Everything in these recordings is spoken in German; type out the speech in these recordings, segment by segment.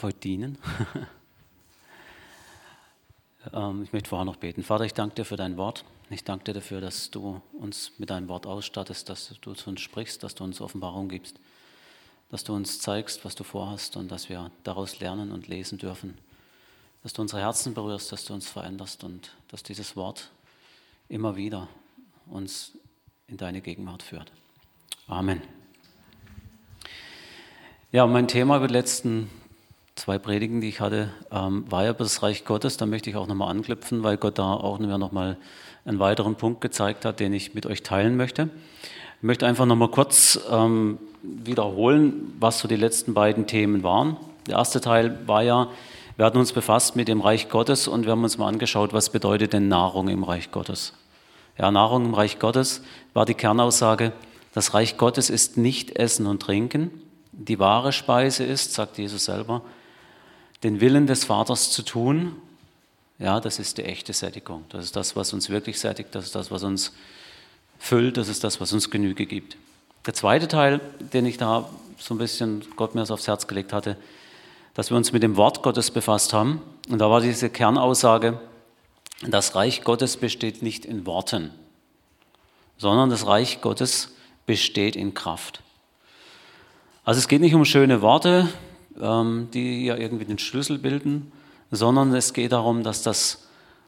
heute dienen. Ich möchte vorher noch beten. Vater, ich danke dir für dein Wort. Ich danke dir dafür, dass du uns mit deinem Wort ausstattest, dass du zu uns sprichst, dass du uns Offenbarung gibst, dass du uns zeigst, was du vorhast und dass wir daraus lernen und lesen dürfen, dass du unsere Herzen berührst, dass du uns veränderst und dass dieses Wort immer wieder uns in deine Gegenwart führt. Amen. Ja, mein Thema über die letzten 2 Predigen, die ich hatte, war ja über das Reich Gottes. Da möchte ich auch nochmal anknüpfen, weil Gott da auch mir nochmal einen weiteren Punkt gezeigt hat, den ich mit euch teilen möchte. Ich möchte einfach nochmal kurz wiederholen, was so die letzten beiden Themen waren. Der erste Teil war ja, wir hatten uns befasst mit dem Reich Gottes und wir haben uns mal angeschaut, was bedeutet denn Nahrung im Reich Gottes. Ja, Nahrung im Reich Gottes war die Kernaussage, das Reich Gottes ist nicht Essen und Trinken. Die wahre Speise ist, sagt Jesus selber, den Willen des Vaters zu tun. Ja, das ist die echte Sättigung. Das ist das, was uns wirklich sättigt. Das ist das, was uns füllt. Das ist das, was uns Genüge gibt. Der zweite Teil, den ich da so ein bisschen Gott mir aufs Herz gelegt hatte, dass wir uns mit dem Wort Gottes befasst haben. Und da war diese Kernaussage, das Reich Gottes besteht nicht in Worten, sondern das Reich Gottes besteht in Kraft. Also es geht nicht um schöne Worte, die ja irgendwie den Schlüssel bilden, sondern es geht darum, dass das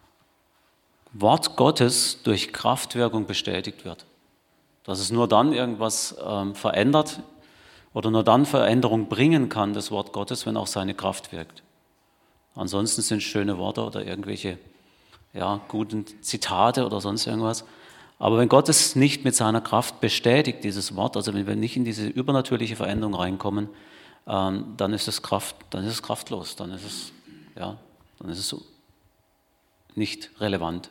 Wort Gottes durch Kraftwirkung bestätigt wird. Dass es nur dann irgendwas verändert oder nur dann Veränderung bringen kann, das Wort Gottes, wenn auch seine Kraft wirkt. Ansonsten sind schöne Worte oder irgendwelche guten Zitate oder sonst irgendwas. Aber wenn Gott es nicht mit seiner Kraft bestätigt, dieses Wort, also wenn wir nicht in diese übernatürliche Veränderung reinkommen, dann ist es kraftlos, dann ist es nicht relevant.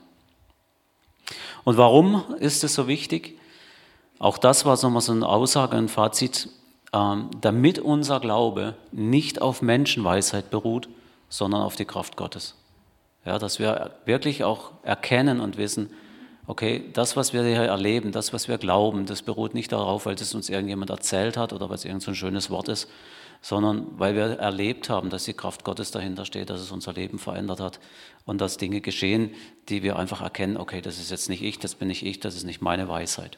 Und warum ist es so wichtig? Auch das war nochmal so eine Aussage, ein Fazit, damit unser Glaube nicht auf Menschenweisheit beruht, sondern auf die Kraft Gottes. Ja, dass wir wirklich auch erkennen und wissen, okay, das, was wir hier erleben, das, was wir glauben, das beruht nicht darauf, weil es uns irgendjemand erzählt hat oder weil es irgend so ein schönes Wort ist, sondern weil wir erlebt haben, dass die Kraft Gottes dahinter steht, dass es unser Leben verändert hat und dass Dinge geschehen, die wir einfach erkennen, okay, das ist jetzt nicht ich, das bin nicht ich, das ist nicht meine Weisheit.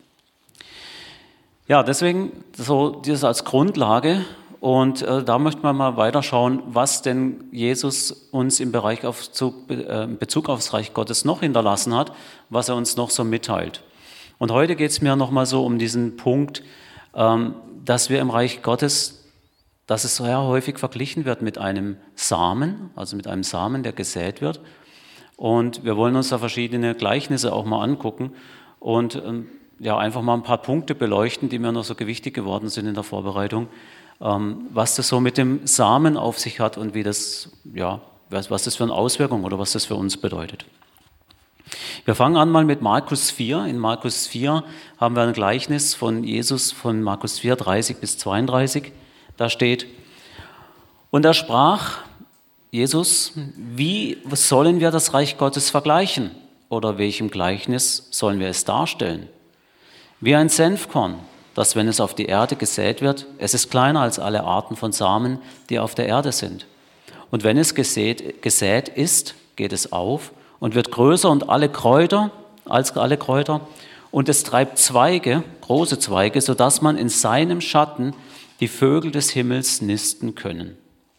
Ja, deswegen so dieses als Grundlage. Und da möchten wir mal weiterschauen, was denn Jesus uns in Bezug aufs Reich Gottes noch hinterlassen hat, was er uns noch so mitteilt. Und heute geht es mir nochmal so um diesen Punkt, dass wir im Reich Gottes, dass es sehr häufig verglichen wird mit einem Samen, also mit einem Samen, der gesät wird. Und wir wollen uns da verschiedene Gleichnisse auch mal angucken und einfach mal ein paar Punkte beleuchten, die mir noch so gewichtig geworden sind in der Vorbereitung, was das so mit dem Samen auf sich hat und was das für eine Auswirkung oder was das für uns bedeutet. Wir fangen an mal mit Markus 4. In Markus 4 haben wir ein Gleichnis von Jesus von Markus 4, 30 bis 32. Da steht, und er sprach, Jesus, wie sollen wir das Reich Gottes vergleichen? Oder welchem Gleichnis sollen wir es darstellen? Wie ein Senfkorn, dass, wenn es auf die Erde gesät wird, es ist kleiner als alle Arten von Samen, die auf der Erde sind. Und wenn es gesät ist, geht es auf und wird größer und als alle Kräuter. Und es treibt Zweige, große Zweige, sodass man in seinem Schatten die Vögel des Himmels nisten können.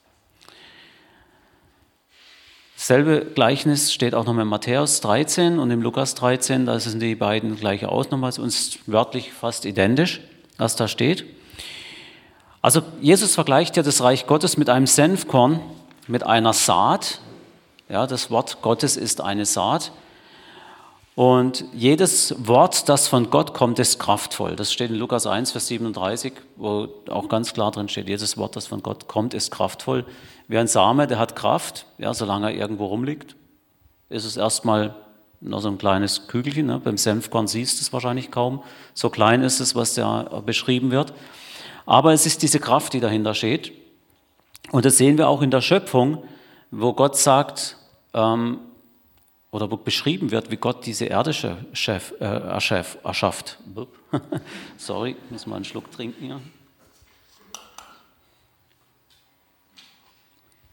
Dasselbe Gleichnis steht auch noch in Matthäus 13 und im Lukas 13, da sind die beiden gleiche aus, nochmals uns wörtlich fast identisch, was da steht. Also Jesus vergleicht ja das Reich Gottes mit einem Senfkorn, mit einer Saat. Ja, das Wort Gottes ist eine Saat. Und jedes Wort, das von Gott kommt, ist kraftvoll. Das steht in Lukas 1, Vers 37, wo auch ganz klar drin steht, jedes Wort, das von Gott kommt, ist kraftvoll. Wie ein Same, der hat Kraft, ja, solange er irgendwo rumliegt, ist es erstmal noch so ein kleines Kügelchen. Ne? Beim Senfkorn siehst du es wahrscheinlich kaum. So klein ist es, was da beschrieben wird. Aber es ist diese Kraft, die dahinter steht. Und das sehen wir auch in der Schöpfung, wo Gott sagt, oder wo beschrieben wird, wie Gott diese Erde erschafft. Sorry, ich muss mal einen Schluck trinken hier.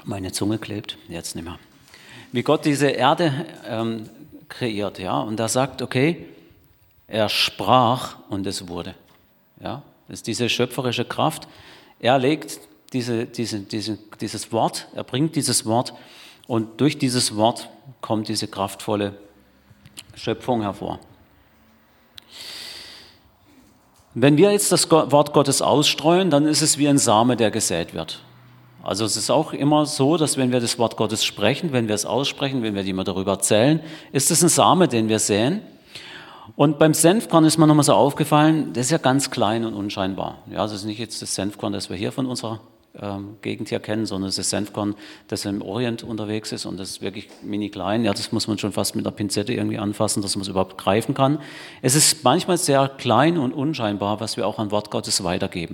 Meine Zunge klebt, jetzt nicht mehr. Wie Gott diese Erde kreiert, ja, und er sagt, okay, er sprach und es wurde. Ja, das ist diese schöpferische Kraft. Er legt dieses Wort, er bringt dieses Wort und durch dieses Wort kommt diese kraftvolle Schöpfung hervor. Wenn wir jetzt das Wort Gottes ausstreuen, dann ist es wie ein Same, der gesät wird. Also es ist auch immer so, dass wenn wir das Wort Gottes sprechen, wenn wir es aussprechen, wenn wir jemand darüber erzählen, ist es ein Same, den wir säen. Und beim Senfkorn ist mir nochmal so aufgefallen, das ist ja ganz klein und unscheinbar. Ja, das ist nicht jetzt das Senfkorn, das wir hier von unserer Gegend hier kennen, sondern es ist das Senfkorn, das im Orient unterwegs ist und das ist wirklich mini klein. Ja, das muss man schon fast mit einer Pinzette irgendwie anfassen, dass man es überhaupt greifen kann. Es ist manchmal sehr klein und unscheinbar, was wir auch an Wort Gottes weitergeben.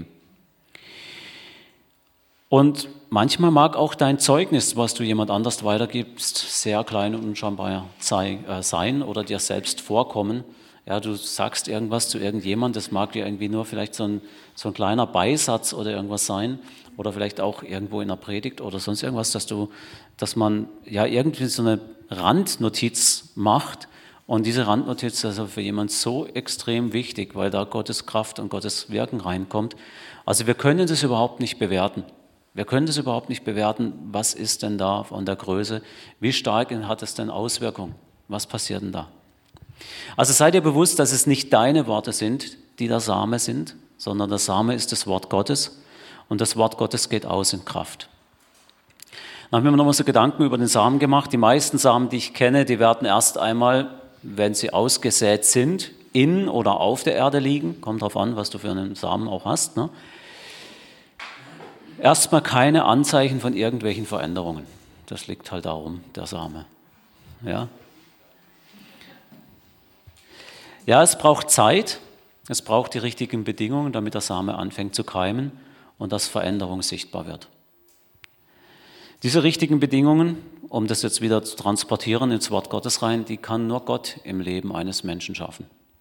Und manchmal mag auch dein Zeugnis, was du jemand anders weitergibst, sehr klein und unscheinbar sein oder dir selbst vorkommen. Ja, du sagst irgendwas zu irgendjemandem, das mag dir irgendwie nur vielleicht so ein kleiner Beisatz oder irgendwas sein oder vielleicht auch irgendwo in einer Predigt oder sonst irgendwas, dass man ja irgendwie so eine Randnotiz macht und diese Randnotiz ist also für jemanden so extrem wichtig, weil da Gottes Kraft und Gottes Wirken reinkommt. Also wir können das überhaupt nicht bewerten. Wir können das überhaupt nicht bewerten, was ist denn da von der Größe, wie stark hat es denn Auswirkungen, was passiert denn da? Also seid ihr bewusst, dass es nicht deine Worte sind, die der Same sind, sondern der Same ist das Wort Gottes und das Wort Gottes geht aus in Kraft. Dann haben wir nochmal so Gedanken über den Samen gemacht. Die meisten Samen, die ich kenne, die werden erst einmal, wenn sie ausgesät sind, in oder auf der Erde liegen. Kommt darauf an, was du für einen Samen auch hast, ne? Erstmal keine Anzeichen von irgendwelchen Veränderungen. Das liegt halt darum, der Same. Ja, es braucht Zeit, es braucht die richtigen Bedingungen, damit der Same anfängt zu keimen und dass Veränderung sichtbar wird. Diese richtigen Bedingungen, um das jetzt wieder zu transportieren ins Wort Gottes rein, die kann nur Gott im Leben eines Menschen schaffen.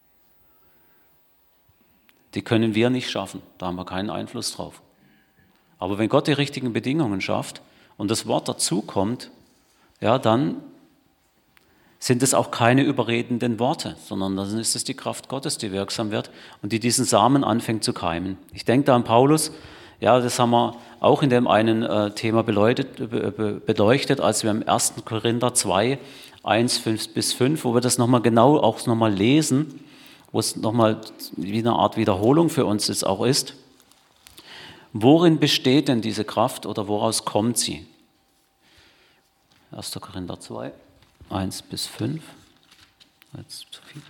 Die können wir nicht schaffen, da haben wir keinen Einfluss drauf. Aber wenn Gott die richtigen Bedingungen schafft und das Wort dazukommt, ja, dann sind es auch keine überredenden Worte, sondern dann ist es die Kraft Gottes, die wirksam wird und die diesen Samen anfängt zu keimen. Ich denke da an Paulus, ja, das haben wir auch in dem einen Thema beleuchtet, als wir im 1. Korinther 2, 1-5, wo wir das nochmal genau auch nochmal lesen, wo es nochmal wie eine Art Wiederholung für uns jetzt auch ist. Worin besteht denn diese Kraft oder woraus kommt sie? 1. Korinther 2, 1-5. Jetzt zu viel.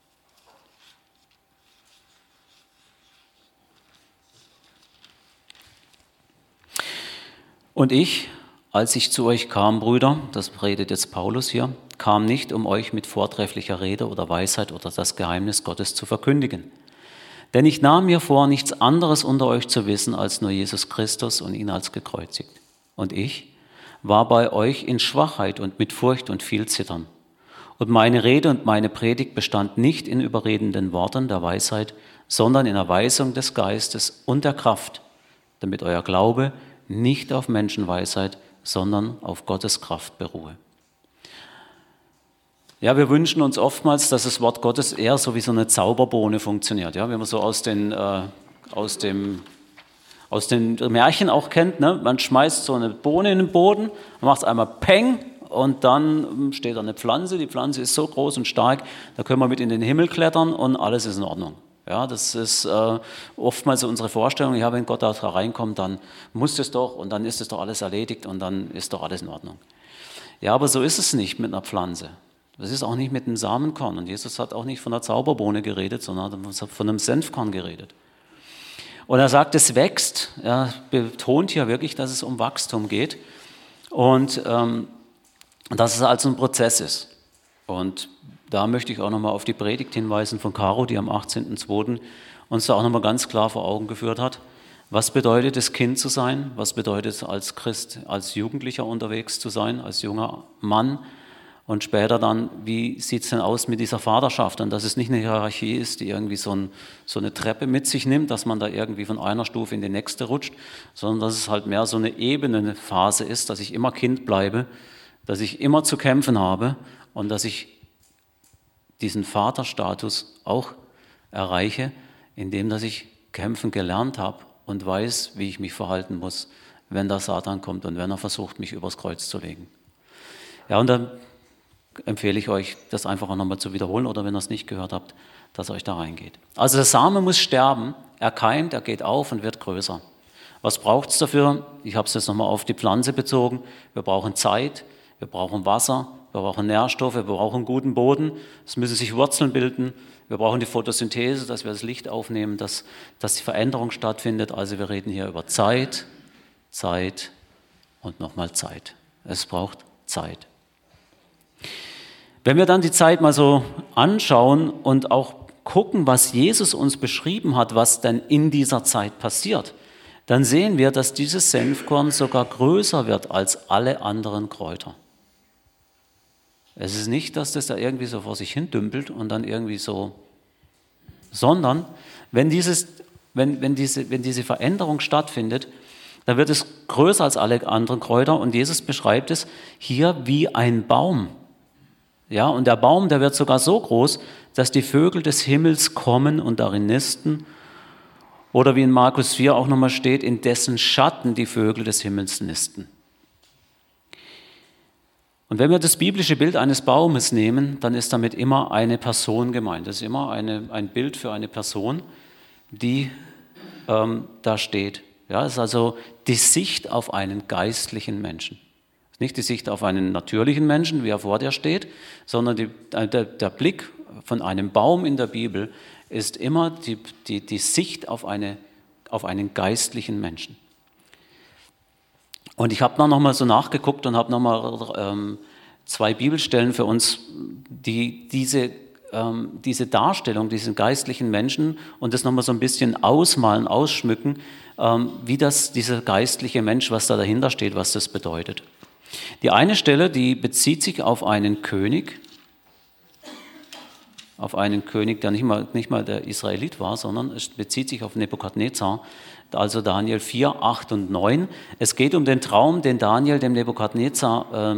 Und ich, als ich zu euch kam, Brüder, das redet jetzt Paulus hier, kam nicht, um euch mit vortrefflicher Rede oder Weisheit oder das Geheimnis Gottes zu verkündigen. Denn ich nahm mir vor, nichts anderes unter euch zu wissen, als nur Jesus Christus und ihn als gekreuzigt. Und ich war bei euch in Schwachheit und mit Furcht und viel Zittern. Und meine Rede und meine Predigt bestand nicht in überredenden Worten der Weisheit, sondern in Erweisung des Geistes und der Kraft, damit euer Glaube nicht auf Menschenweisheit, sondern auf Gottes Kraft beruhe. Ja, wir wünschen uns oftmals, dass das Wort Gottes eher so wie so eine Zauberbohne funktioniert. Ja, wie man so aus den Märchen auch kennt. Ne? Man schmeißt so eine Bohne in den Boden, man macht es einmal Peng und dann steht da eine Pflanze. Die Pflanze ist so groß und stark, da können wir mit in den Himmel klettern und alles ist in Ordnung. Ja, das ist oftmals so unsere Vorstellung. Ja, wenn Gott da reinkommt, dann muss es doch und dann ist es doch alles erledigt und dann ist doch alles in Ordnung. Ja, aber so ist es nicht mit einer Pflanze. Das ist auch nicht mit einem Samenkorn. Und Jesus hat auch nicht von einer Zauberbohne geredet, sondern hat von einem Senfkorn geredet. Und er sagt, es wächst. Er betont hier wirklich, dass es um Wachstum geht. Und dass es also ein Prozess ist. Und da möchte ich auch nochmal auf die Predigt hinweisen von Caro, die am 18.02. uns da auch nochmal ganz klar vor Augen geführt hat. Was bedeutet es, Kind zu sein? Was bedeutet es, als Christ, als Jugendlicher unterwegs zu sein, als junger Mann? Und später dann, wie sieht es denn aus mit dieser Vaterschaft? Und dass es nicht eine Hierarchie ist, die irgendwie so eine Treppe mit sich nimmt, dass man da irgendwie von einer Stufe in die nächste rutscht, sondern dass es halt mehr so eine ebene Phase ist, dass ich immer Kind bleibe, dass ich immer zu kämpfen habe und dass ich diesen Vaterstatus auch erreiche, indem dass ich kämpfen gelernt habe und weiß, wie ich mich verhalten muss, wenn der Satan kommt und wenn er versucht, mich übers Kreuz zu legen. Ja, und dann empfehle ich euch, das einfach auch nochmal zu wiederholen oder wenn ihr es nicht gehört habt, dass ihr euch da reingeht. Also der Same muss sterben, er keimt, er geht auf und wird größer. Was braucht es dafür? Ich habe es jetzt nochmal auf die Pflanze bezogen. Wir brauchen Zeit, wir brauchen Wasser, wir brauchen Nährstoffe, wir brauchen guten Boden, es müssen sich Wurzeln bilden, wir brauchen die Photosynthese, dass wir das Licht aufnehmen, dass die Veränderung stattfindet. Also wir reden hier über Zeit, Zeit und nochmal Zeit. Es braucht Zeit. Wenn wir dann die Zeit mal so anschauen und auch gucken, was Jesus uns beschrieben hat, was denn in dieser Zeit passiert, dann sehen wir, dass dieses Senfkorn sogar größer wird als alle anderen Kräuter. Es ist nicht, dass das da irgendwie so vor sich hin dümpelt und dann irgendwie so, sondern wenn diese Veränderung stattfindet, dann wird es größer als alle anderen Kräuter und Jesus beschreibt es hier wie ein Baum. Ja, und der Baum, der wird sogar so groß, dass die Vögel des Himmels kommen und darin nisten. Oder wie in Markus 4 auch nochmal steht, in dessen Schatten die Vögel des Himmels nisten. Und wenn wir das biblische Bild eines Baumes nehmen, dann ist damit immer eine Person gemeint. Das ist immer ein Bild für eine Person, die da steht. Ja, es ist also die Sicht auf einen geistlichen Menschen. Nicht die Sicht auf einen natürlichen Menschen, wie er vor dir steht, sondern der Blick von einem Baum in der Bibel ist immer die Sicht auf einen geistlichen Menschen. Und ich habe dann nochmal so nachgeguckt und habe nochmal 2 Bibelstellen für uns, die diese Darstellung, diesen geistlichen Menschen und das nochmal so ein bisschen ausmalen, ausschmücken, wie dieser geistliche Mensch, was da dahinter steht, was das bedeutet. Die eine Stelle, die bezieht sich auf einen König, der nicht mal der Israelit war, sondern es bezieht sich auf Nebukadnezar, also Daniel 4, 8 und 9. Es geht um den Traum, den Daniel dem Nebukadnezar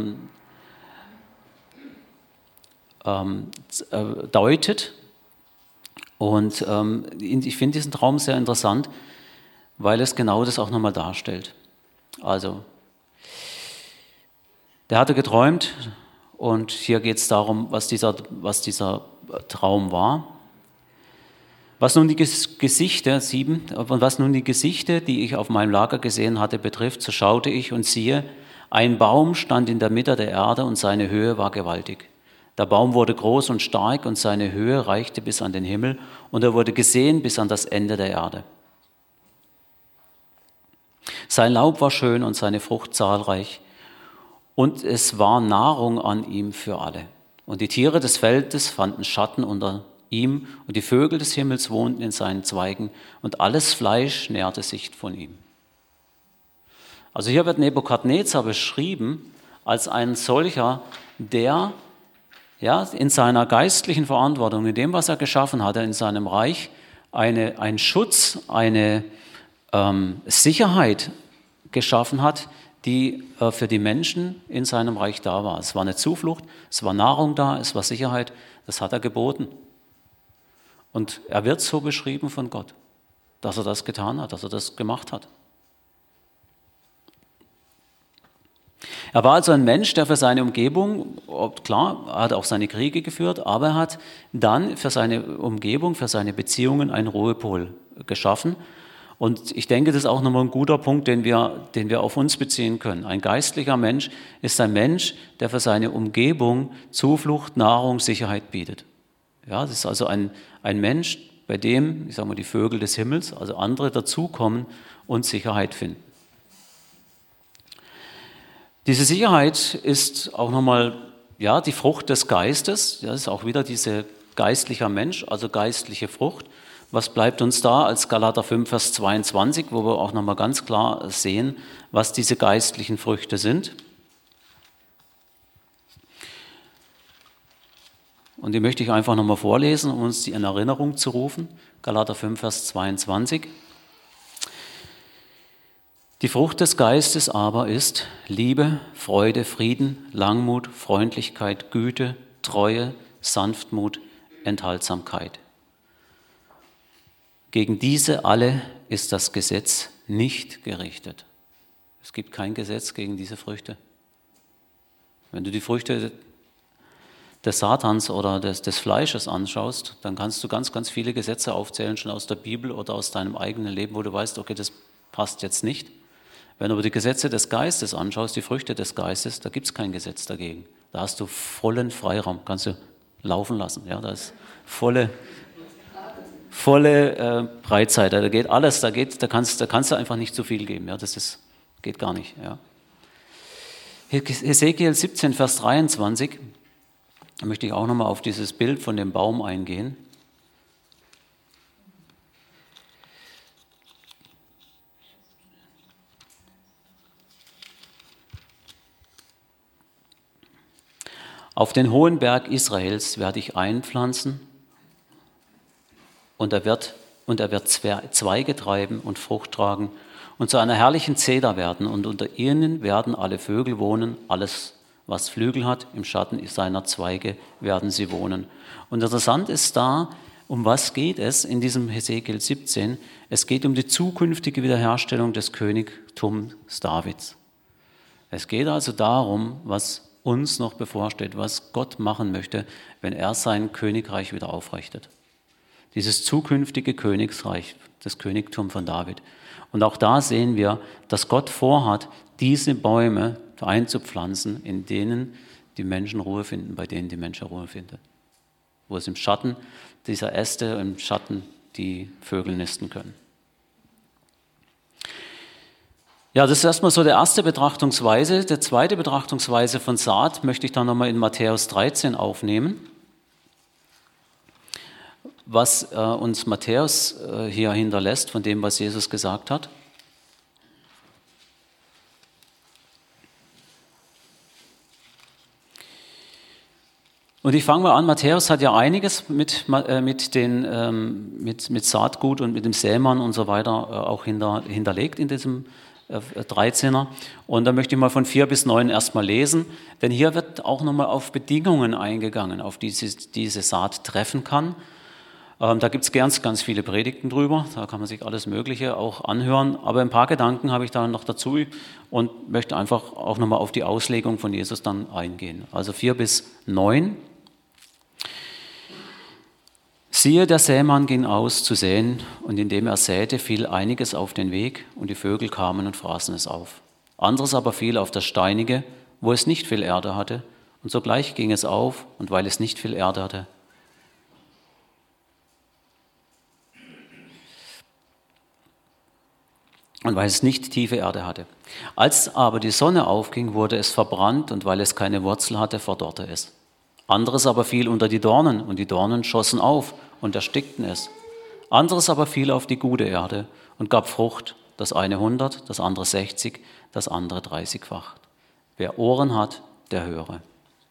deutet. Und ich finde diesen Traum sehr interessant, weil es genau das auch nochmal darstellt. Also, der hatte geträumt und hier geht es darum, was dieser Traum war. Was nun die Gesichter, 7, was nun die Gesichter, die ich auf meinem Lager gesehen hatte, betrifft, so schaute ich und siehe, ein Baum stand in der Mitte der Erde und seine Höhe war gewaltig. Der Baum wurde groß und stark und seine Höhe reichte bis an den Himmel und er wurde gesehen bis an das Ende der Erde. Sein Laub war schön und seine Frucht zahlreich und es war Nahrung an ihm für alle. Und die Tiere des Feldes fanden Schatten unter ihm und die Vögel des Himmels wohnten in seinen Zweigen und alles Fleisch nährte sich von ihm. Also hier wird Nebukadnezar beschrieben als ein solcher, der in seiner geistlichen Verantwortung, in dem, was er geschaffen hatte, in seinem Reich, einen Schutz, eine Sicherheit geschaffen hat, die für die Menschen in seinem Reich da war. Es war eine Zuflucht, es war Nahrung da, es war Sicherheit, das hat er geboten. Und er wird so beschrieben von Gott, dass er das getan hat, dass er das gemacht hat. Er war also ein Mensch, der für seine Umgebung, klar, er hat auch seine Kriege geführt, aber er hat dann für seine Umgebung, für seine Beziehungen einen Ruhepol geschaffen. Und ich denke, das ist auch nochmal ein guter Punkt, den wir auf uns beziehen können. Ein geistlicher Mensch ist ein Mensch, der für seine Umgebung Zuflucht, Nahrung, Sicherheit bietet. Ja, das ist also ein Mensch, bei dem, ich sage mal, die Vögel des Himmels, also andere dazukommen und Sicherheit finden. Diese Sicherheit ist auch nochmal die Frucht des Geistes. Das ist auch wieder dieser geistlicher Mensch, also geistliche Frucht. Was bleibt uns da als Galater 5, Vers 22, wo wir auch nochmal ganz klar sehen, was diese geistlichen Früchte sind. Und die möchte ich einfach nochmal vorlesen, um uns die in Erinnerung zu rufen. Galater 5, Vers 22. Die Frucht des Geistes aber ist Liebe, Freude, Frieden, Langmut, Freundlichkeit, Güte, Treue, Sanftmut, Enthaltsamkeit. Gegen diese alle ist das Gesetz nicht gerichtet. Es gibt kein Gesetz gegen diese Früchte. Wenn du die Früchte des Satans oder des Fleisches anschaust, dann kannst du ganz, ganz viele Gesetze aufzählen, schon aus der Bibel oder aus deinem eigenen Leben, wo du weißt, okay, das passt jetzt nicht. Wenn du aber die Gesetze des Geistes anschaust, die Früchte des Geistes, da gibt es kein Gesetz dagegen. Da hast du vollen Freiraum, kannst du laufen lassen. Ja, da ist volle Breitseite, da geht alles, da kannst du einfach nicht zu viel geben. Ja, geht gar nicht. Ja. Hesekiel 17, Vers 23, da möchte ich auch nochmal auf dieses Bild von dem Baum eingehen. Auf den hohen Berg Israels werde ich einpflanzen und er wird Zweige treiben und Frucht tragen und zu einer herrlichen Zeder werden und unter ihnen werden alle Vögel wohnen, alles, was Flügel hat, im Schatten seiner Zweige werden sie wohnen. Und interessant ist da, um was geht es in diesem Hesekiel 17? Es geht um die zukünftige Wiederherstellung des Königtums Davids. Es geht also darum, was uns noch bevorsteht, was Gott machen möchte, wenn er sein Königreich wieder aufrichtet. Dieses zukünftige Königsreich, das Königtum von David. Und auch da sehen wir, dass Gott vorhat, diese Bäume einzupflanzen, in denen die Menschen Ruhe finden, bei denen die Menschen Ruhe finden. Wo es im Schatten dieser Äste, im Schatten die Vögel nisten können. Ja, das ist erstmal so die erste Betrachtungsweise. Die zweite Betrachtungsweise von Saat möchte ich dann nochmal in Matthäus 13 aufnehmen. Was uns Matthäus hier hinterlässt von dem, was Jesus gesagt hat. Und ich fange mal an, Matthäus hat ja einiges mit Saatgut und mit dem Sämann und so weiter auch hinterlegt in diesem 13er. Und da möchte ich mal von 4 bis 9 erstmal lesen, denn hier wird auch nochmal auf Bedingungen eingegangen, auf die diese Saat treffen kann. Da gibt es ganz, ganz viele Predigten drüber, da kann man sich alles Mögliche auch anhören, aber ein paar Gedanken habe ich da noch dazu und möchte einfach auch nochmal auf die Auslegung von Jesus dann eingehen. Also 4 bis 9. Siehe, der Sämann ging aus zu säen, und indem er säte, fiel einiges auf den Weg, und die Vögel kamen und fraßen es auf. Anderes aber fiel auf das Steinige, wo es nicht viel Erde hatte, und sogleich ging es auf, und weil es nicht viel Erde hatte, und weil es nicht tiefe Erde hatte. Als aber die Sonne aufging, wurde es verbrannt, und weil es keine Wurzel hatte, verdorrte es. Anderes aber fiel unter die Dornen, und die Dornen schossen auf und erstickten es. Anderes aber fiel auf die gute Erde und gab Frucht, das eine 100, das andere 60, das andere 30-fach. Wer Ohren hat, der höre.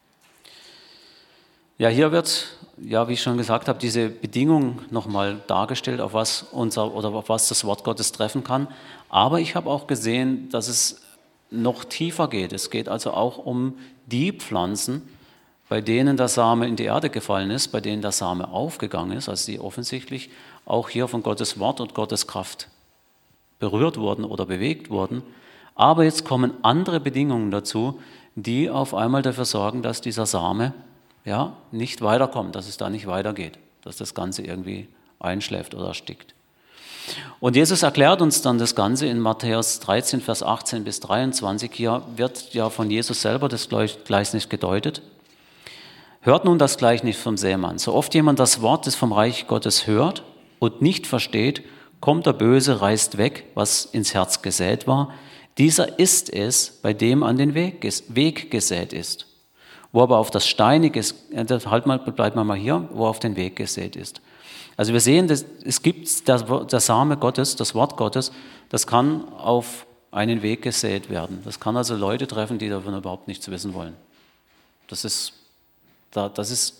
Ja, hier wird, ja, wie ich schon gesagt habe, diese Bedingung nochmal dargestellt, auf was das Wort Gottes treffen kann. Aber ich habe auch gesehen, dass es noch tiefer geht. Es geht also auch um die Pflanzen, bei denen der Same in die Erde gefallen ist, bei denen der Same aufgegangen ist, also die offensichtlich auch hier von Gottes Wort und Gottes Kraft berührt wurden oder bewegt wurden. Aber jetzt kommen andere Bedingungen dazu, die auf einmal dafür sorgen, dass dieser Same nicht weiterkommt, dass es da nicht weitergeht, dass das Ganze irgendwie einschläft oder erstickt. Und Jesus erklärt uns dann das Ganze in Matthäus 13, Vers 18 bis 23. Hier wird ja von Jesus selber das Gleichnis gedeutet. Hört nun das Gleichnis vom Sämann. So oft jemand das Wort des vom Reich Gottes hört und nicht versteht, kommt der Böse, reißt weg, was ins Herz gesät war. Dieser ist es, bei dem an den Weg gesät ist. Wo aber auf das Steinige, bleibt mal hier, wo auf den Weg gesät ist. Also wir sehen, es gibt der Same Gottes, das Wort Gottes, das kann auf einen Weg gesät werden. Das kann also Leute treffen, die davon überhaupt nichts wissen wollen. Das ist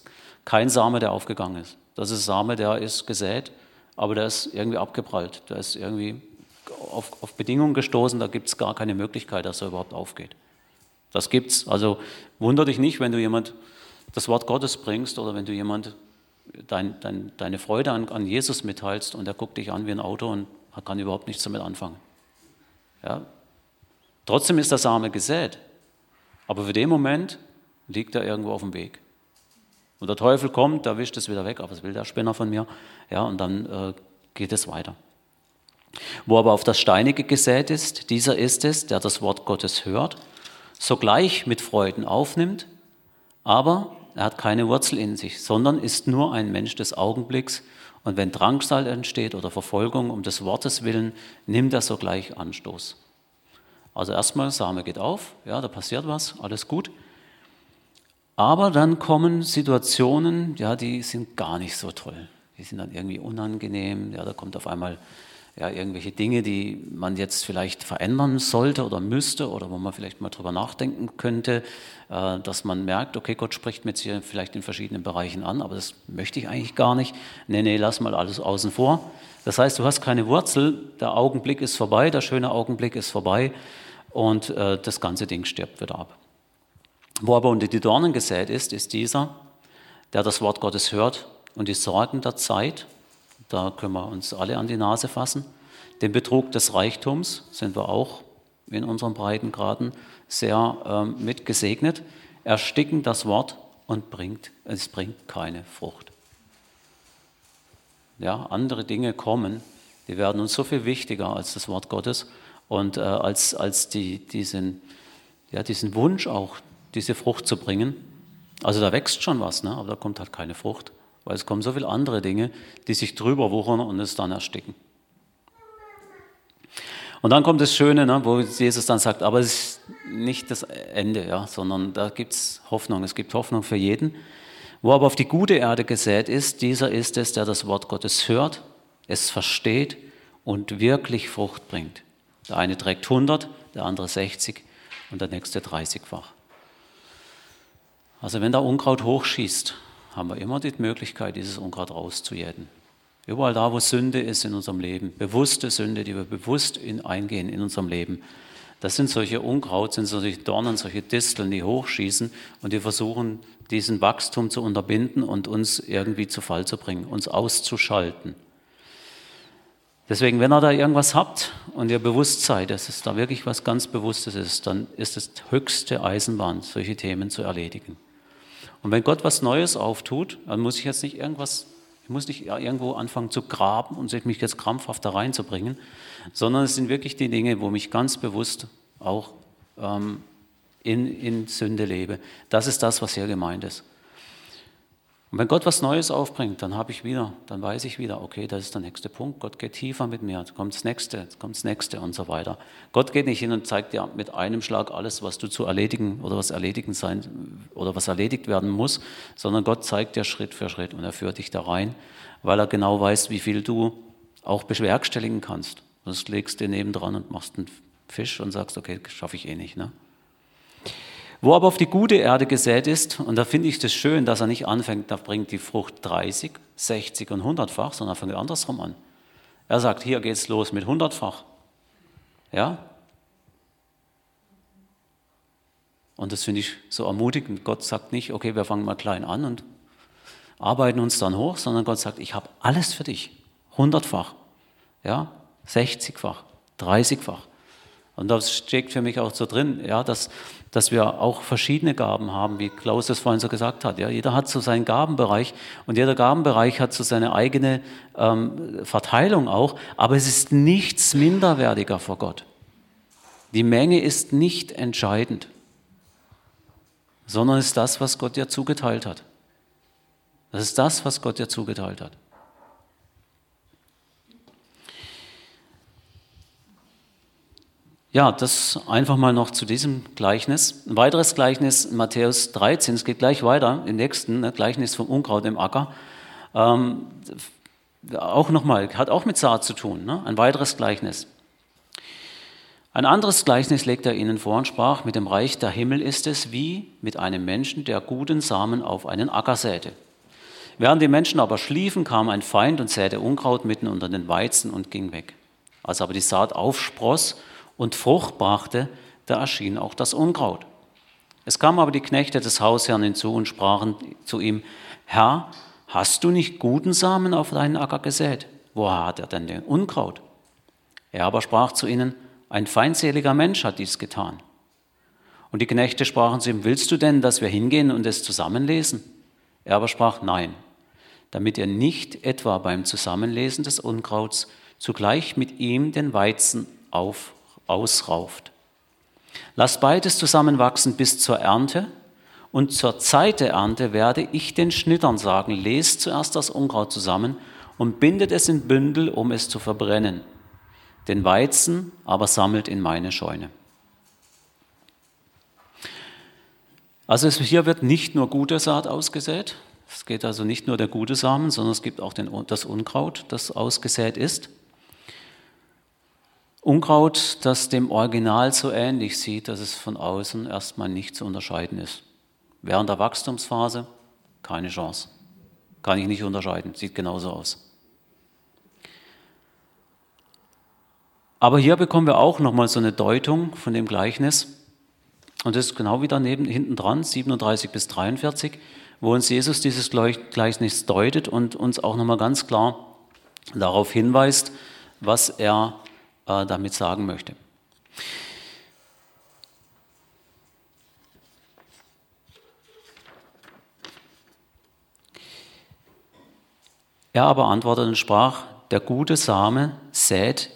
kein Same, der aufgegangen ist. Das ist Same, der ist gesät, aber der ist irgendwie abgeprallt. Der ist irgendwie auf Bedingungen gestoßen, da gibt es gar keine Möglichkeit, dass er überhaupt aufgeht. Das gibt's. Also wundere dich nicht, wenn du jemand das Wort Gottes bringst oder wenn du jemand deine Freude an Jesus mitteilst und er guckt dich an wie ein Auto und kann überhaupt nichts damit anfangen. Ja? Trotzdem ist der Same gesät, aber für den Moment liegt er irgendwo auf dem Weg. Und der Teufel kommt, der wischt es wieder weg, aber was will der Spinner von mir? Ja, und dann geht es weiter. Wo aber auf das Steinige gesät ist, dieser ist es, der das Wort Gottes hört, sogleich mit Freuden aufnimmt, aber er hat keine Wurzel in sich, sondern ist nur ein Mensch des Augenblicks. Und wenn Drangsal entsteht oder Verfolgung um des Wortes willen, nimmt er sogleich Anstoß. Also erstmal, Same geht auf, ja, da passiert was, alles gut. Aber dann kommen Situationen, ja, die sind gar nicht so toll. Die sind dann irgendwie unangenehm, ja, da kommt auf einmal ja, irgendwelche Dinge, die man jetzt vielleicht verändern sollte oder müsste oder wo man vielleicht mal drüber nachdenken könnte, dass man merkt, okay, Gott spricht mit dir vielleicht in verschiedenen Bereichen an, aber das möchte ich eigentlich gar nicht. Nee, lass mal alles außen vor. Das heißt, du hast keine Wurzel, der Augenblick ist vorbei, der schöne Augenblick ist vorbei und das ganze Ding stirbt wieder ab. Wo aber unter die Dornen gesät ist, ist dieser, der das Wort Gottes hört und die Sorgen der Zeit, da können wir uns alle an die Nase fassen. Den Betrug des Reichtums sind wir auch in unseren Breitengraden sehr mit gesegnet. Ersticken das Wort und es bringt keine Frucht. Ja, andere Dinge kommen, die werden uns so viel wichtiger als das Wort Gottes und als diesen Wunsch auch, diese Frucht zu bringen. Also da wächst schon was, ne? Aber da kommt halt keine Frucht. Weil es kommen so viele andere Dinge, die sich drüber wuchern und es dann ersticken. Und dann kommt das Schöne, ne, wo Jesus dann sagt, aber es ist nicht das Ende, ja, sondern da gibt es Hoffnung. Es gibt Hoffnung für jeden. Wo aber auf die gute Erde gesät ist, dieser ist es, der das Wort Gottes hört, es versteht und wirklich Frucht bringt. Der eine trägt 100, der andere 60 und der nächste 30-fach. Also wenn da Unkraut hochschießt, haben wir immer die Möglichkeit, dieses Unkraut rauszujäten. Überall da, wo Sünde ist in unserem Leben, bewusste Sünde, die wir bewusst eingehen in unserem Leben, das sind solche Unkraut, sind solche Dornen, solche Disteln, die hochschießen und die versuchen, diesen Wachstum zu unterbinden und uns irgendwie zu Fall zu bringen, uns auszuschalten. Deswegen, wenn ihr da irgendwas habt und ihr bewusst seid, dass es da wirklich was ganz Bewusstes ist, dann ist es höchste Eisenbahn, solche Themen zu erledigen. Und wenn Gott was Neues auftut, dann muss ich jetzt nicht irgendwo anfangen zu graben und mich jetzt krampfhaft da reinzubringen, sondern es sind wirklich die Dinge, wo ich ganz bewusst auch in Sünde lebe. Das ist das, was hier gemeint ist. Und wenn Gott was Neues aufbringt, dann weiß ich wieder, okay, das ist der nächste Punkt. Gott geht tiefer mit mir, jetzt kommt das Nächste und so weiter. Gott geht nicht hin und zeigt dir mit einem Schlag alles, was du zu erledigen oder was erledigt werden muss, sondern Gott zeigt dir Schritt für Schritt und er führt dich da rein, weil er genau weiß, wie viel du auch bewerkstelligen kannst. Sonst legst du nebendran und machst einen Fisch und sagst, okay, das schaffe ich eh nicht, ne? Wo aber auf die gute Erde gesät ist, und da finde ich das schön, dass er nicht anfängt, da bringt die Frucht 30, 60 und 100-fach, sondern er fängt andersrum an. Er sagt, hier geht's los mit 100-fach. Ja? Und das finde ich so ermutigend. Gott sagt nicht, okay, wir fangen mal klein an und arbeiten uns dann hoch, sondern Gott sagt, ich habe alles für dich. 100-fach, ja? 60-fach, 30-fach. Und das steckt für mich auch so drin, ja, dass wir auch verschiedene Gaben haben, wie Klaus das vorhin so gesagt hat. Ja. Jeder hat so seinen Gabenbereich und jeder Gabenbereich hat so seine eigene Verteilung auch, aber es ist nichts minderwertiger vor Gott. Die Menge ist nicht entscheidend, sondern es ist das, was Gott dir zugeteilt hat. Das ist das, was Gott dir zugeteilt hat. Ja, das einfach mal noch zu diesem Gleichnis. Ein weiteres Gleichnis in Matthäus 13, es geht gleich weiter, im nächsten, Gleichnis vom Unkraut im Acker. Auch nochmal, hat auch mit Saat zu tun, ne? Ein weiteres Gleichnis. Ein anderes Gleichnis legt er ihnen vor und sprach, mit dem Reich der Himmel ist es wie mit einem Menschen, der guten Samen auf einen Acker säte. Während die Menschen aber schliefen, kam ein Feind und säte Unkraut mitten unter den Weizen und ging weg. Als aber die Saat aufspross und Frucht brachte, da erschien auch das Unkraut. Es kamen aber die Knechte des Hausherrn hinzu und sprachen zu ihm: Herr, hast du nicht guten Samen auf deinen Acker gesät? Woher hat er denn den Unkraut? Er aber sprach zu ihnen: Ein feindseliger Mensch hat dies getan. Und die Knechte sprachen zu ihm: Willst du denn, dass wir hingehen und es zusammenlesen? Er aber sprach: Nein, damit ihr nicht etwa beim Zusammenlesen des Unkrauts zugleich mit ihm den Weizen ausrauft. Lasst beides zusammenwachsen bis zur Ernte, und zur Zeit der Ernte werde ich den Schnittern sagen: Lest zuerst das Unkraut zusammen und bindet es in Bündel, um es zu verbrennen. Den Weizen aber sammelt in meine Scheune. Also hier wird nicht nur gute Saat ausgesät. Es geht also nicht nur der gute Samen, sondern es gibt auch das Unkraut, das ausgesät ist. Unkraut, das dem Original so ähnlich sieht, dass es von außen erstmal nicht zu unterscheiden ist. Während der Wachstumsphase keine Chance. Kann ich nicht unterscheiden, sieht genauso aus. Aber hier bekommen wir auch nochmal so eine Deutung von dem Gleichnis. Und das ist genau wieder hinten dran, 37 bis 43, wo uns Jesus dieses Gleichnis deutet und uns auch nochmal ganz klar darauf hinweist, was er damit sagen möchte. Er aber antwortete und sprach: Der gute Same sät,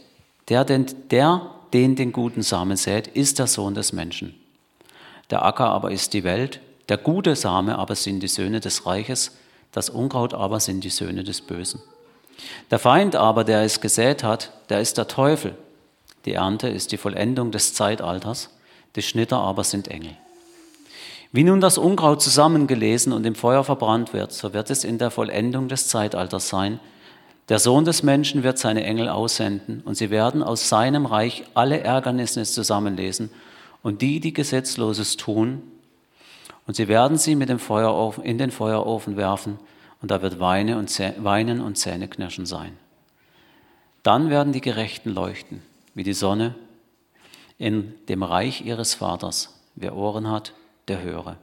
den guten Samen sät, ist der Sohn des Menschen. Der Acker aber ist die Welt, der gute Same aber sind die Söhne des Reiches, das Unkraut aber sind die Söhne des Bösen. Der Feind aber, der es gesät hat, der ist der Teufel. Die Ernte ist die Vollendung des Zeitalters, die Schnitter aber sind Engel. Wie nun das Unkraut zusammengelesen und im Feuer verbrannt wird, so wird es in der Vollendung des Zeitalters sein. Der Sohn des Menschen wird seine Engel aussenden, und sie werden aus seinem Reich alle Ärgernisse zusammenlesen und die Gesetzloses tun, und sie werden sie in den Feuerofen werfen, und da wird Weinen und Zähneknirschen sein. Dann werden die Gerechten leuchten, wie die Sonne, in dem Reich ihres Vaters. Wer Ohren hat, der höre.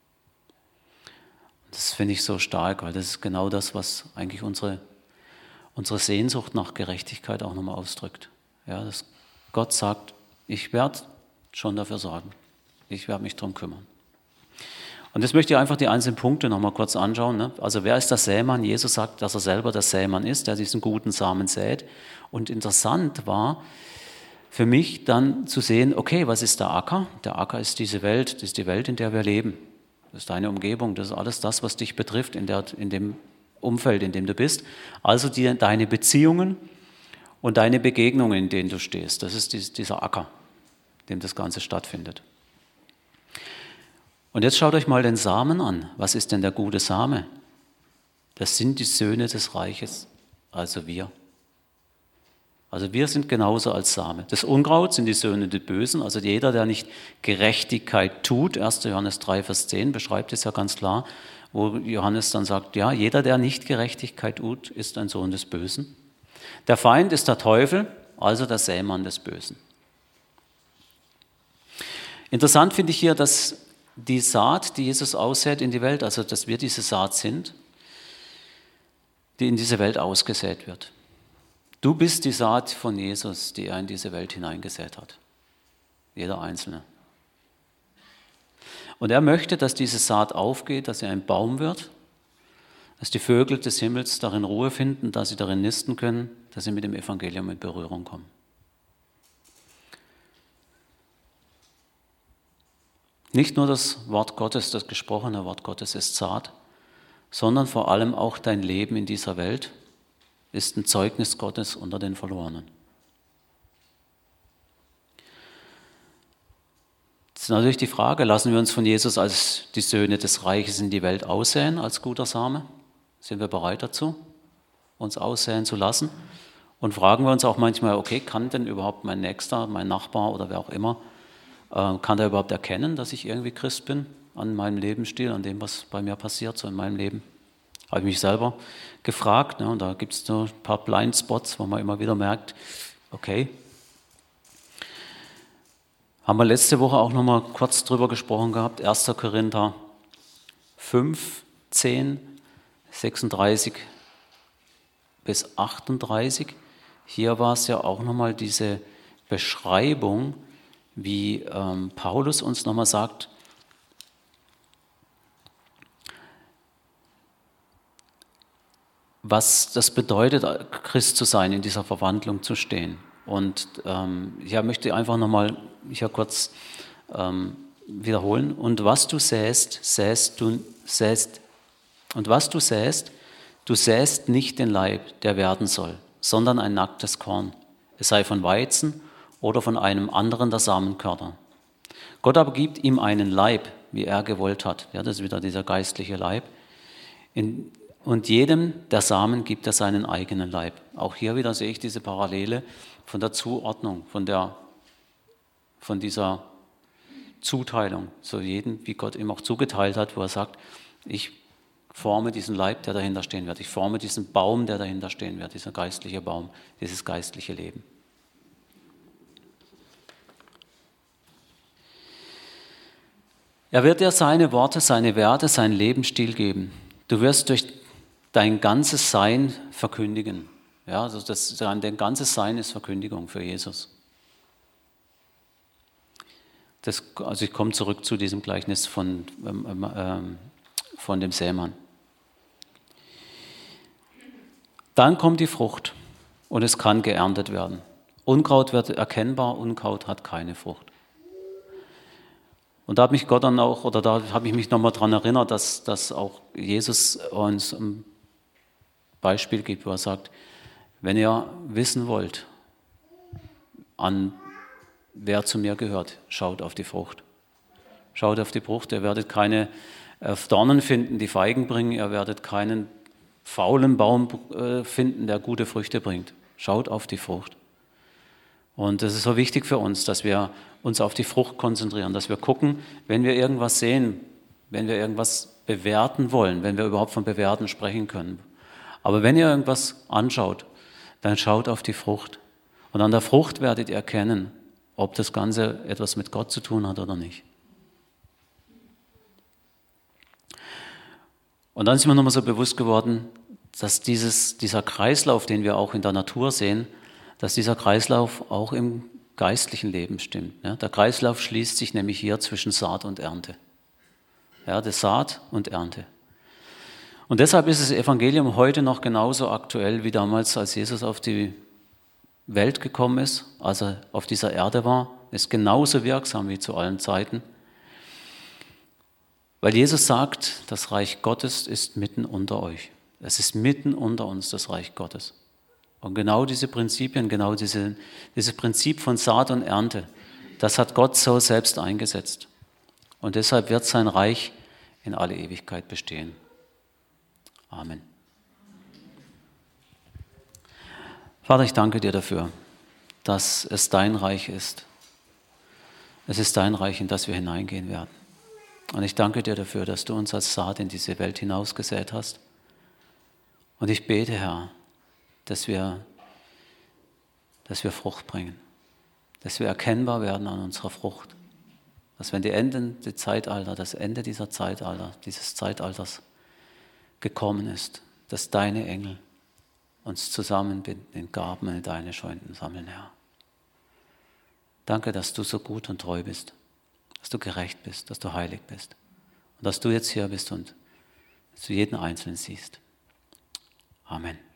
Das finde ich so stark, weil das ist genau das, was eigentlich unsere Sehnsucht nach Gerechtigkeit auch nochmal ausdrückt. Ja, dass Gott sagt: Ich werde schon dafür sorgen. Ich werde mich darum kümmern. Und jetzt möchte ich einfach die einzelnen Punkte nochmal kurz anschauen. Ne? Also wer ist der Sämann? Jesus sagt, dass er selber der Sämann ist, der diesen guten Samen sät. Und interessant war für mich dann zu sehen, okay, was ist der Acker? Der Acker ist diese Welt, das ist die Welt, in der wir leben. Das ist deine Umgebung, das ist alles das, was dich betrifft in dem Umfeld, in dem du bist. Also deine Beziehungen und deine Begegnungen, in denen du stehst. Das ist dieser Acker, in dem das Ganze stattfindet. Und jetzt schaut euch mal den Samen an. Was ist denn der gute Same? Das sind die Söhne des Reiches, also wir. Also wir sind genauso als Same. Das Unkraut sind die Söhne des Bösen, also jeder, der nicht Gerechtigkeit tut. 1. Johannes 3, Vers 10 beschreibt es ja ganz klar, wo Johannes dann sagt, ja, jeder, der nicht Gerechtigkeit tut, ist ein Sohn des Bösen. Der Feind ist der Teufel, also der Sämann des Bösen. Interessant finde ich hier, dass die Saat, die Jesus aussät in die Welt, also dass wir diese Saat sind, die in diese Welt ausgesät wird. Du bist die Saat von Jesus, die er in diese Welt hineingesät hat. Jeder Einzelne. Und er möchte, dass diese Saat aufgeht, dass sie ein Baum wird, dass die Vögel des Himmels darin Ruhe finden, dass sie darin nisten können, dass sie mit dem Evangelium in Berührung kommen. Nicht nur das Wort Gottes, das gesprochene Wort Gottes ist Saat, sondern vor allem auch dein Leben in dieser Welt ist ein Zeugnis Gottes unter den Verlorenen. Jetzt ist natürlich die Frage, lassen wir uns von Jesus als die Söhne des Reiches in die Welt aussäen, als guter Same? Sind wir bereit dazu, uns aussäen zu lassen? Und fragen wir uns auch manchmal, okay, kann denn überhaupt mein Nächster, mein Nachbar oder wer auch immer, kann der überhaupt erkennen, dass ich irgendwie Christ bin, an meinem Lebensstil, an dem, was bei mir passiert, so in meinem Leben? Habe ich mich selber gefragt. Ne? Und da gibt es so ein paar Blindspots, wo man immer wieder merkt, okay. Haben wir letzte Woche auch noch mal kurz drüber gesprochen gehabt. 1. Korinther 5, 10, 36 bis 38. Hier war es ja auch noch mal diese Beschreibung, wie Paulus uns noch mal sagt, was das bedeutet, Christ zu sein, in dieser Verwandlung zu stehen. Und ich möchte einfach nochmal hier kurz wiederholen. Und was du säst, du säst nicht den Leib, der werden soll, sondern ein nacktes Korn. Es sei von Weizen oder von einem anderen der Samenkörner. Gott aber gibt ihm einen Leib, wie er gewollt hat. Ja, das ist wieder dieser geistliche Leib. Und jedem der Samen gibt er seinen eigenen Leib. Auch hier wieder sehe ich diese Parallele von der Zuordnung, von dieser Zuteilung. So jeden, wie Gott ihm auch zugeteilt hat, wo er sagt, ich forme diesen Leib, der dahinter stehen wird. Ich forme diesen Baum, der dahinter stehen wird, dieser geistliche Baum, dieses geistliche Leben. Er wird dir seine Worte, seine Werte, seinen Lebensstil geben. Du wirst durch dein ganzes Sein verkündigen. Ja, also dein ganzes Sein ist Verkündigung für Jesus. Also ich komme zurück zu diesem Gleichnis von dem Sämann. Dann kommt die Frucht und es kann geerntet werden. Unkraut wird erkennbar, Unkraut hat keine Frucht. Und da hat mich Gott dann auch, oder da habe ich mich nochmal daran erinnert, dass auch Jesus uns ein Beispiel gibt, wo er sagt, wenn ihr wissen wollt, wer zu mir gehört, schaut auf die Frucht. Schaut auf die Frucht, ihr werdet keine Dornen finden, die Feigen bringen, ihr werdet keinen faulen Baum finden, der gute Früchte bringt. Schaut auf die Frucht. Und es ist so wichtig für uns, dass wir uns auf die Frucht konzentrieren, dass wir gucken, wenn wir irgendwas sehen, wenn wir irgendwas bewerten wollen, wenn wir überhaupt von bewerten sprechen können. Aber wenn ihr irgendwas anschaut, dann schaut auf die Frucht. Und an der Frucht werdet ihr erkennen, ob das Ganze etwas mit Gott zu tun hat oder nicht. Und dann ist mir nochmal so bewusst geworden, dass dieser Kreislauf, den wir auch in der Natur sehen, dass dieser Kreislauf auch im geistlichen Leben stimmt. Ja, der Kreislauf schließt sich nämlich hier zwischen Saat und Ernte. Ja, das Saat und Ernte. Und deshalb ist das Evangelium heute noch genauso aktuell wie damals, als Jesus auf die Welt gekommen ist, als er auf dieser Erde war, ist genauso wirksam wie zu allen Zeiten. Weil Jesus sagt, das Reich Gottes ist mitten unter euch. Es ist mitten unter uns, das Reich Gottes. Und genau diese Prinzipien, genau dieses Prinzip von Saat und Ernte, das hat Gott so selbst eingesetzt. Und deshalb wird sein Reich in alle Ewigkeit bestehen. Amen. Vater, ich danke dir dafür, dass es dein Reich ist. Es ist dein Reich, in das wir hineingehen werden. Und ich danke dir dafür, dass du uns als Saat in diese Welt hinausgesät hast. Und ich bete, Herr, dass wir Frucht bringen, dass wir erkennbar werden an unserer Frucht, dass wenn das Ende dieses Zeitalters gekommen ist, dass deine Engel uns zusammenbinden in Gaben in deine Scheunen sammeln, Herr. Danke, dass du so gut und treu bist, dass du gerecht bist, dass du heilig bist und dass du jetzt hier bist und dass du jeden Einzelnen siehst. Amen.